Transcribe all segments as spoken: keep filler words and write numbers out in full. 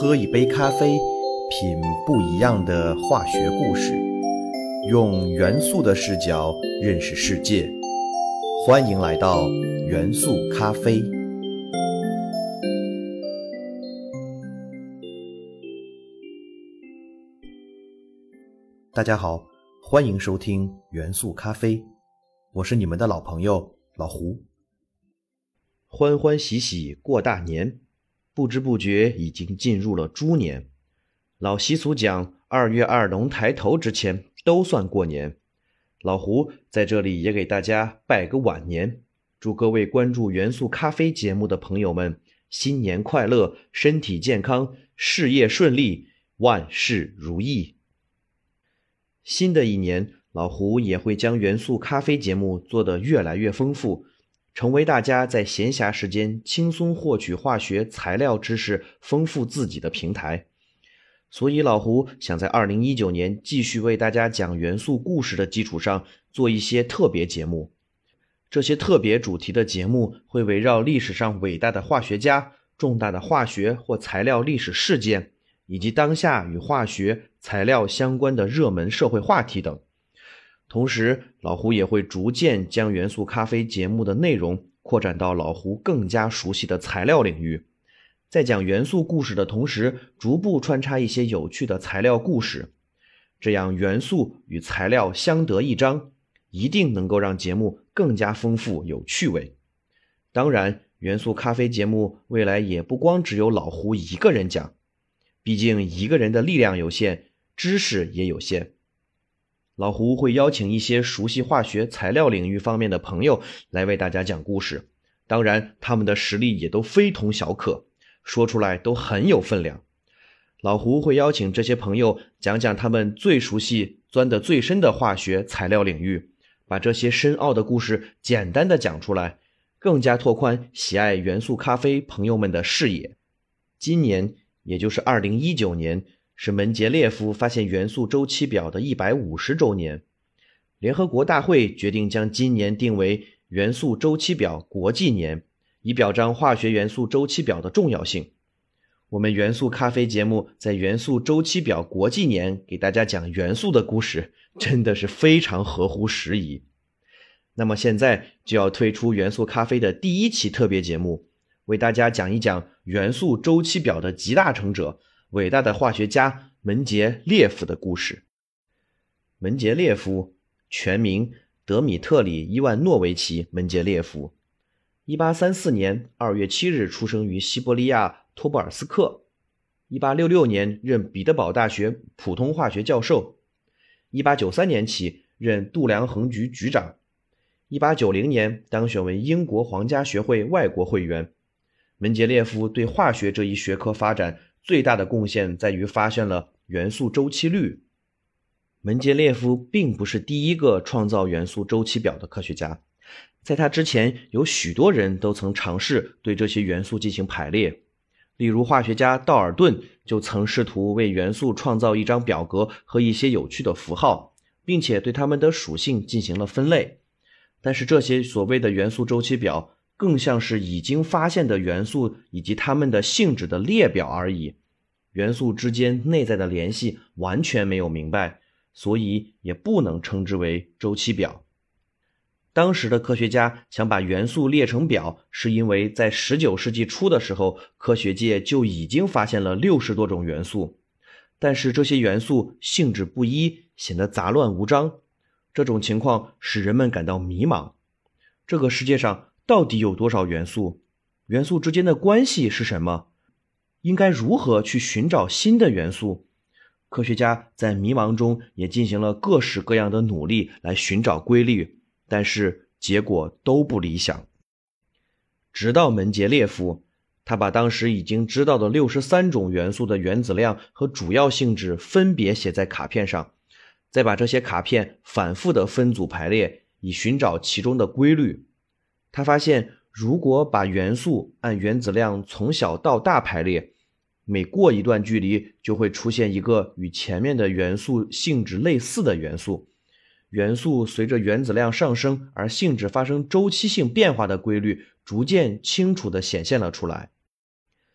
喝一杯咖啡，品不一样的化学故事，用元素的视角认识世界。欢迎来到元素咖啡。大家好，欢迎收听元素咖啡，我是你们的老朋友老胡。欢欢喜喜过大年，不知不觉已经进入了猪年。老习俗讲，二月二龙抬头之前都算过年。老胡在这里也给大家拜个晚年，祝各位关注元素咖啡节目的朋友们新年快乐，身体健康，事业顺利，万事如意。新的一年，老胡也会将元素咖啡节目做得越来越丰富，成为大家在闲暇时间轻松获取化学材料知识，丰富自己的平台。所以老胡想在二零一九年继续为大家讲元素故事的基础上，做一些特别节目。这些特别主题的节目会围绕历史上伟大的化学家、重大的化学或材料历史事件，以及当下与化学材料相关的热门社会话题等。同时，老胡也会逐渐将元素咖啡节目的内容扩展到老胡更加熟悉的材料领域。在讲元素故事的同时，逐步穿插一些有趣的材料故事，这样元素与材料相得益彰，一定能够让节目更加丰富有趣味。当然，元素咖啡节目未来也不光只有老胡一个人讲，毕竟一个人的力量有限，知识也有限。老胡会邀请一些熟悉化学材料领域方面的朋友来为大家讲故事，当然他们的实力也都非同小可，说出来都很有分量。老胡会邀请这些朋友讲讲他们最熟悉、钻得最深的化学材料领域，把这些深奥的故事简单的讲出来，更加拓宽喜爱元素咖啡朋友们的视野。今年，也就是二零一九年，是门捷列夫发现元素周期表的一百五十周年。联合国大会决定将今年定为元素周期表国际年，以表彰化学元素周期表的重要性。我们元素咖啡节目在元素周期表国际年给大家讲元素的故事，真的是非常合乎时宜。那么现在就要推出元素咖啡的第一期特别节目，为大家讲一讲元素周期表的集大成者，伟大的化学家门捷列夫的故事。门捷列夫全名德米特里伊万诺维奇门捷列夫，一八三四年二月七日出生于西伯利亚托布尔斯克，一八六六年任彼得堡大学普通化学教授，一八九三年起任度量衡局局长，一八九零年当选为英国皇家学会外国会员。门捷列夫对化学这一学科发展最大的贡献在于发现了元素周期律。门捷列夫并不是第一个创造元素周期表的科学家，在他之前有许多人都曾尝试对这些元素进行排列。例如化学家道尔顿就曾试图为元素创造一张表格和一些有趣的符号，并且对它们的属性进行了分类。但是这些所谓的元素周期表更像是已经发现的元素以及它们的性质的列表而已，元素之间内在的联系完全没有明白，所以也不能称之为周期表。当时的科学家想把元素列成表，是因为在十九世纪初的时候，科学界就已经发现了六十多种元素，但是这些元素性质不一，显得杂乱无章。这种情况使人们感到迷茫。这个世界上到底有多少元素？元素之间的关系是什么？应该如何去寻找新的元素？科学家在迷茫中也进行了各式各样的努力来寻找规律，但是结果都不理想。直到门捷列夫，他把当时已经知道的六十三种元素的原子量和主要性质分别写在卡片上，再把这些卡片反复的分组排列，以寻找其中的规律。他发现，如果把元素按原子量从小到大排列，每过一段距离就会出现一个与前面的元素性质类似的元素。元素随着原子量上升而性质发生周期性变化的规律逐渐清楚地显现了出来。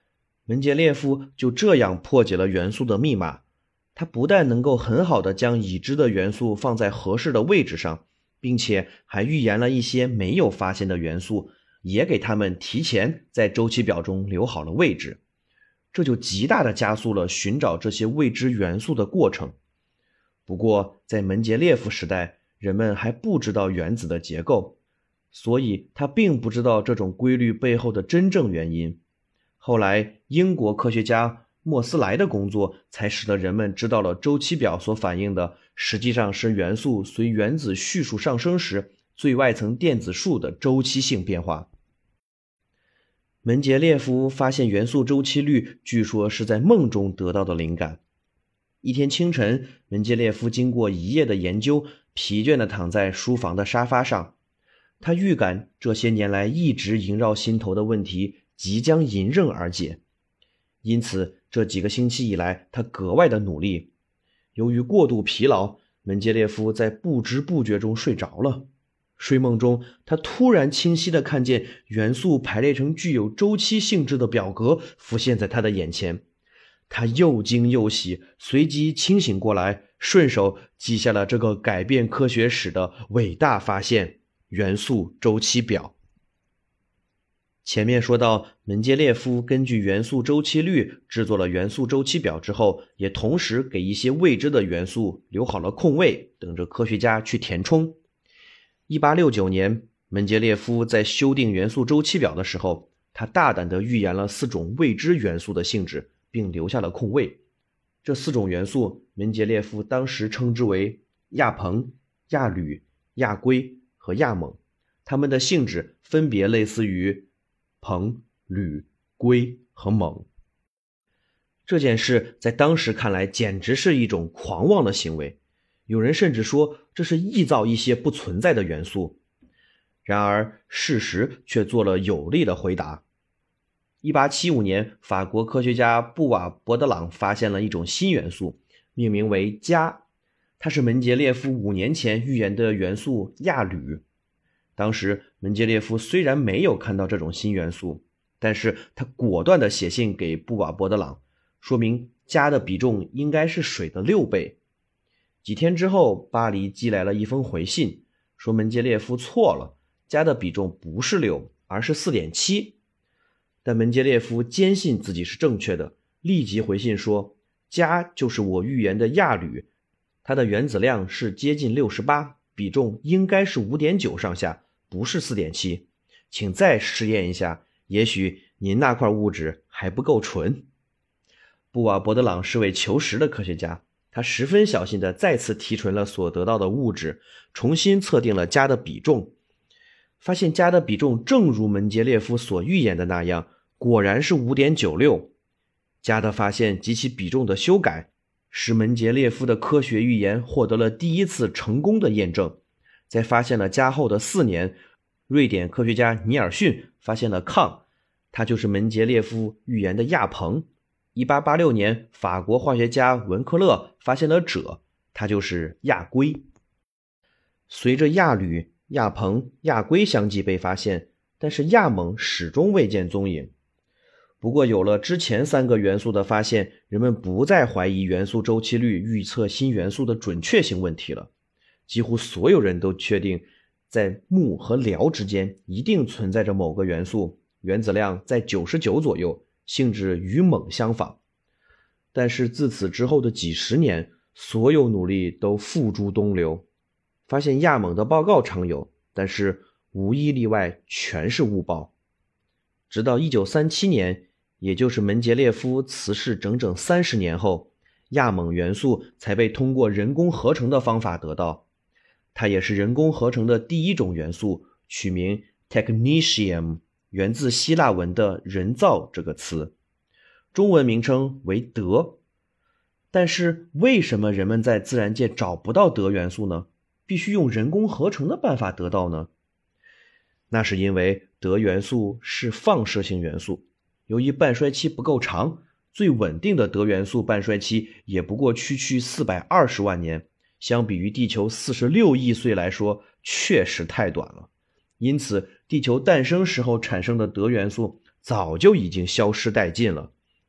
门捷列夫就这样破解了元素的密码。他不但能够很好的将已知的元素放在合适的位置上，并且还预言了一些没有发现的元素，也给他们提前在周期表中留好了位置。这就极大地加速了寻找这些未知元素的过程。不过在门捷列夫时代，人们还不知道原子的结构，所以他并不知道这种规律背后的真正原因。后来英国科学家莫斯莱的工作才使得人们知道了周期表所反映的实际上是元素随原子序数上升时最外层电子数的周期性变化。门捷列夫发现元素周期律，据说是在梦中得到的灵感。一天清晨，门捷列夫经过一夜的研究，疲倦地躺在书房的沙发上。他预感这些年来一直萦绕心头的问题即将迎刃而解。因此这几个星期以来，他格外的努力。由于过度疲劳，门捷列夫在不知不觉中睡着了。睡梦中，他突然清晰地看见元素排列成具有周期性质的表格浮现在他的眼前。他又惊又喜，随即清醒过来，顺手记下了这个改变科学史的伟大发现——元素周期表。前面说到，门捷列夫根据元素周期律制作了元素周期表之后，也同时给一些未知的元素留好了空位，等着科学家去填充。一八六九年，门捷列夫在修订元素周期表的时候，他大胆地预言了四种未知元素的性质，并留下了空位。这四种元素，门捷列夫当时称之为亚硼、亚铝、亚硅和亚锰，它们的性质分别类似于硼、铝、硅和锰。这件事在当时看来简直是一种狂妄的行为，有人甚至说这是臆造一些不存在的元素。然而事实却做了有力的回答。一八七五年，法国科学家布瓦伯德朗发现了一种新元素，命名为镓，它是门捷列夫五年前预言的元素亚铝。当时门捷列夫虽然没有看到这种新元素，但是他果断地写信给布瓦伯德朗，说明镓的比重应该是水的六倍。几天之后，巴黎寄来了一封回信，说门捷列夫错了，镓的比重不是六，而是 四点七。 但门捷列夫坚信自己是正确的，立即回信说，镓就是我预言的亚铝，它的原子量是接近六十八，比重应该是 五点九 上下，不是 四点七， 请再试验一下，也许您那块物质还不够纯。布瓦伯德朗是位求实的科学家，他十分小心地再次提纯了所得到的物质，重新测定了镓的比重，发现镓的比重正如门捷列夫所预言的那样，果然是 五点九六。 镓的发现及其比重的修改，使门捷列夫的科学预言获得了第一次成功的验证。在发现了镓后的四年，瑞典科学家尼尔逊发现了抗，它就是门捷列夫预言的亚硼。一八八六年，法国化学家文克勒发现了锗，它就是亚硅。随着亚铝、亚硼、亚硅相继被发现，但是亚锰始终未见踪影。不过有了之前三个元素的发现，人们不再怀疑元素周期律预测新元素的准确性问题了。几乎所有人都确定，在钼和辽之间一定存在着某个元素，原子量在九十九左右，性质与锰相仿。但是自此之后的几十年，所有努力都付诸东流。发现亚锰的报告常有，但是无一例外全是误报。直到一九三七年，也就是门捷列夫辞世整整三十年后，亚锰元素才被通过人工合成的方法得到。它也是人工合成的第一种元素，取名 technetium， 源自希腊文的人造这个词，中文名称为铊。但是为什么人们在自然界找不到铊元素呢？必须用人工合成的办法得到呢？那是因为铊元素是放射性元素，由于半衰期不够长，最稳定的铊元素半衰期也不过区区四百二十万年，相比于地球四十六亿岁来说，确实太短了。因此地球诞生时候产生的铊元素早就已经消失殆尽了，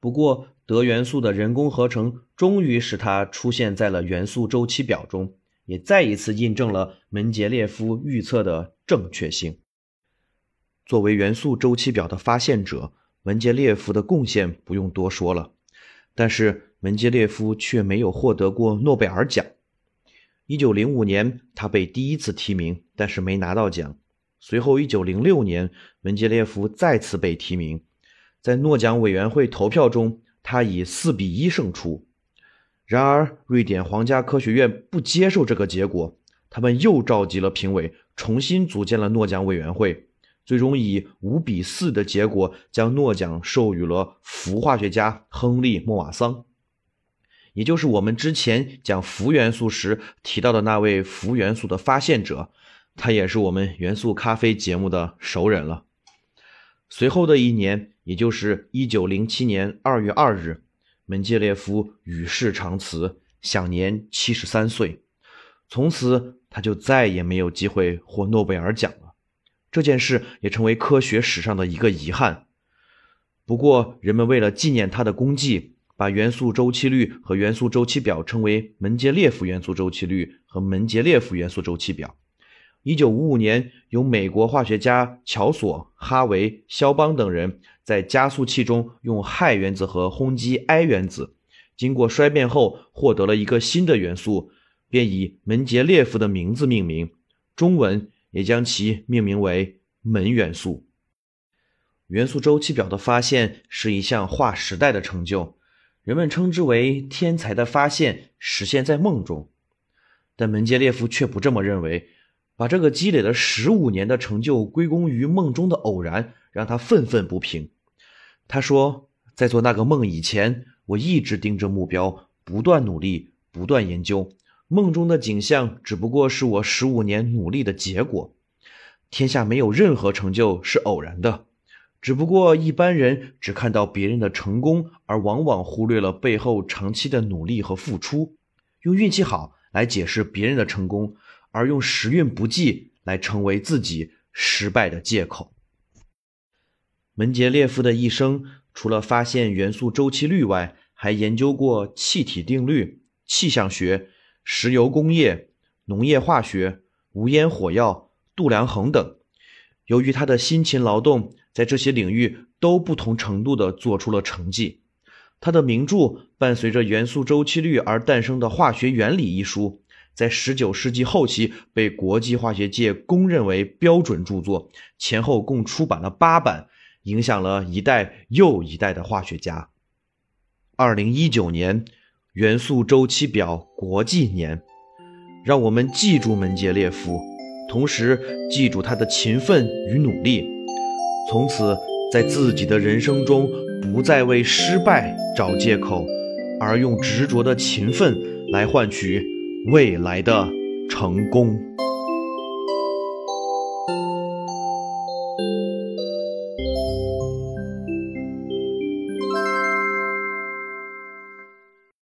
不过铬元素的人工合成终于使它出现在了元素周期表中，也再一次印证了门捷列夫预测的正确性。作为元素周期表的发现者，门捷列夫的贡献不用多说了，但是门捷列夫却没有获得过诺贝尔奖。一九零五年他被第一次提名，但是没拿到奖。随后一九零六年门捷列夫再次被提名，在诺奖委员会投票中他以四比一胜出。然而瑞典皇家科学院不接受这个结果，他们又召集了评委，重新组建了诺奖委员会，最终以五比四的结果将诺奖授予了氟化学家亨利·莫瓦桑，也就是我们之前讲氟元素时提到的那位氟元素的发现者，他也是我们元素咖啡节目的熟人了。随后的一年，也就是一九零七年二月二日，门捷列夫与世长辞，享年七十三岁。从此他就再也没有机会获诺贝尔奖了。这件事也成为科学史上的一个遗憾。不过人们为了纪念他的功绩，把元素周期律和元素周期表称为门捷列夫元素周期律和门捷列夫元素周期表。一九五五年，由美国化学家乔索、哈维、肖邦等人在加速器中用氦原子核轰击氦原子，经过衰变后获得了一个新的元素，便以门捷列夫的名字命名，中文也将其命名为锰元素。元素周期表的发现是一项划时代的成就，人们称之为天才的发现实现在梦中。但门捷列夫却不这么认为，把这个积累了十五年的成就归功于梦中的偶然，让他愤愤不平。他说，在做那个梦以前，我一直盯着目标，不断努力，不断研究，梦中的景象只不过是我十五年努力的结果。天下没有任何成就是偶然的，只不过一般人只看到别人的成功，而往往忽略了背后长期的努力和付出，用运气好来解释别人的成功，而用时运不济来成为自己失败的借口。门捷列夫的一生除了发现元素周期律外，还研究过气体定律、气象学、石油工业、农业化学、无烟火药、度量衡等。由于他的辛勤劳动，在这些领域都不同程度地做出了成绩。他的名著伴随着元素周期律而诞生的《化学原理》一书，在十九世纪后期被国际化学界公认为标准著作，前后共出版了八版，影响了一代又一代的化学家。二零一九年，元素周期表国际年，让我们记住门捷列夫，同时记住他的勤奋与努力，从此在自己的人生中不再为失败找借口，而用执着的勤奋来换取未来的成功。